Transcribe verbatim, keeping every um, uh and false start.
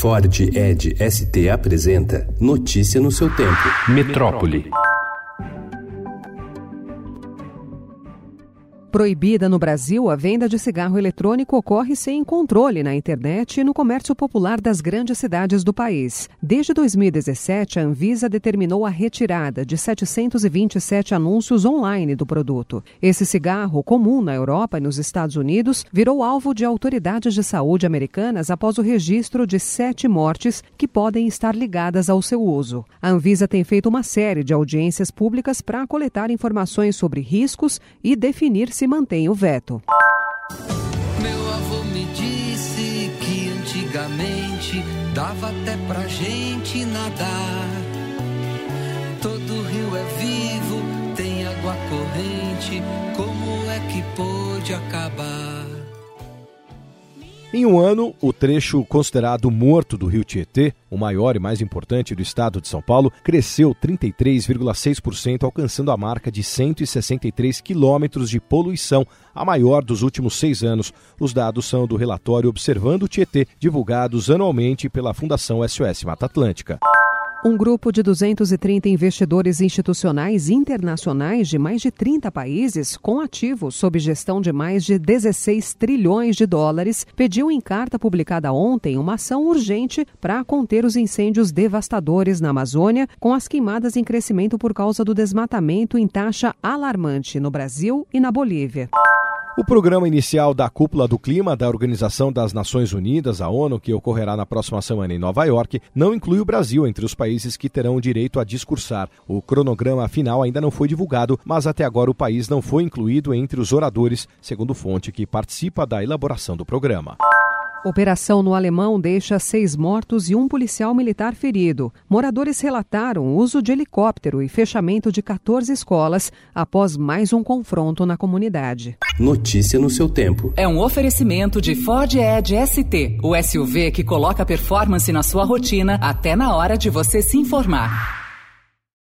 Ford Edge S T apresenta Notícia no seu tempo. Metrópole. Proibida no Brasil, a venda de cigarro eletrônico ocorre sem controle na internet e no comércio popular das grandes cidades do país. Desde dois mil e dezessete, a Anvisa determinou a retirada de setecentos e vinte e sete anúncios online do produto. Esse cigarro, comum na Europa e nos Estados Unidos, virou alvo de autoridades de saúde americanas após o registro de sete mortes que podem estar ligadas ao seu uso. A Anvisa tem feito uma série de audiências públicas para coletar informações sobre riscos e definir se mantém o veto. Meu avô me disse que antigamente dava até pra gente nadar. Todo rio é vivo, tem água corrente, como é que pôde acabar? Em um ano, o trecho considerado morto do rio Tietê, o maior e mais importante do estado de São Paulo, cresceu trinta e três vírgula seis por cento, alcançando a marca de cento e sessenta e três quilômetros de poluição, a maior dos últimos seis anos. Os dados são do relatório Observando o Tietê, divulgados anualmente pela Fundação S O S Mata Atlântica. Um grupo de duzentos e trinta investidores institucionais internacionais de mais de trinta países, com ativos sob gestão de mais de dezesseis trilhões de dólares, pediu em carta publicada ontem uma ação urgente para conter os incêndios devastadores na Amazônia, com as queimadas em crescimento por causa do desmatamento em taxa alarmante no Brasil e na Bolívia. O programa inicial da Cúpula do Clima da Organização das Nações Unidas, a ONU, que ocorrerá na próxima semana em Nova York, não inclui o Brasil entre os países que terão direito a discursar. O cronograma final ainda não foi divulgado, mas até agora o país não foi incluído entre os oradores, segundo fonte que participa da elaboração do programa. Operação no Alemão deixa seis mortos e um policial militar ferido. Moradores relataram o uso de helicóptero e fechamento de quatorze escolas após mais um confronto na comunidade. Notícia no seu tempo. É um oferecimento de Ford Edge S T, o S U V que coloca performance na sua rotina até na hora de você se informar.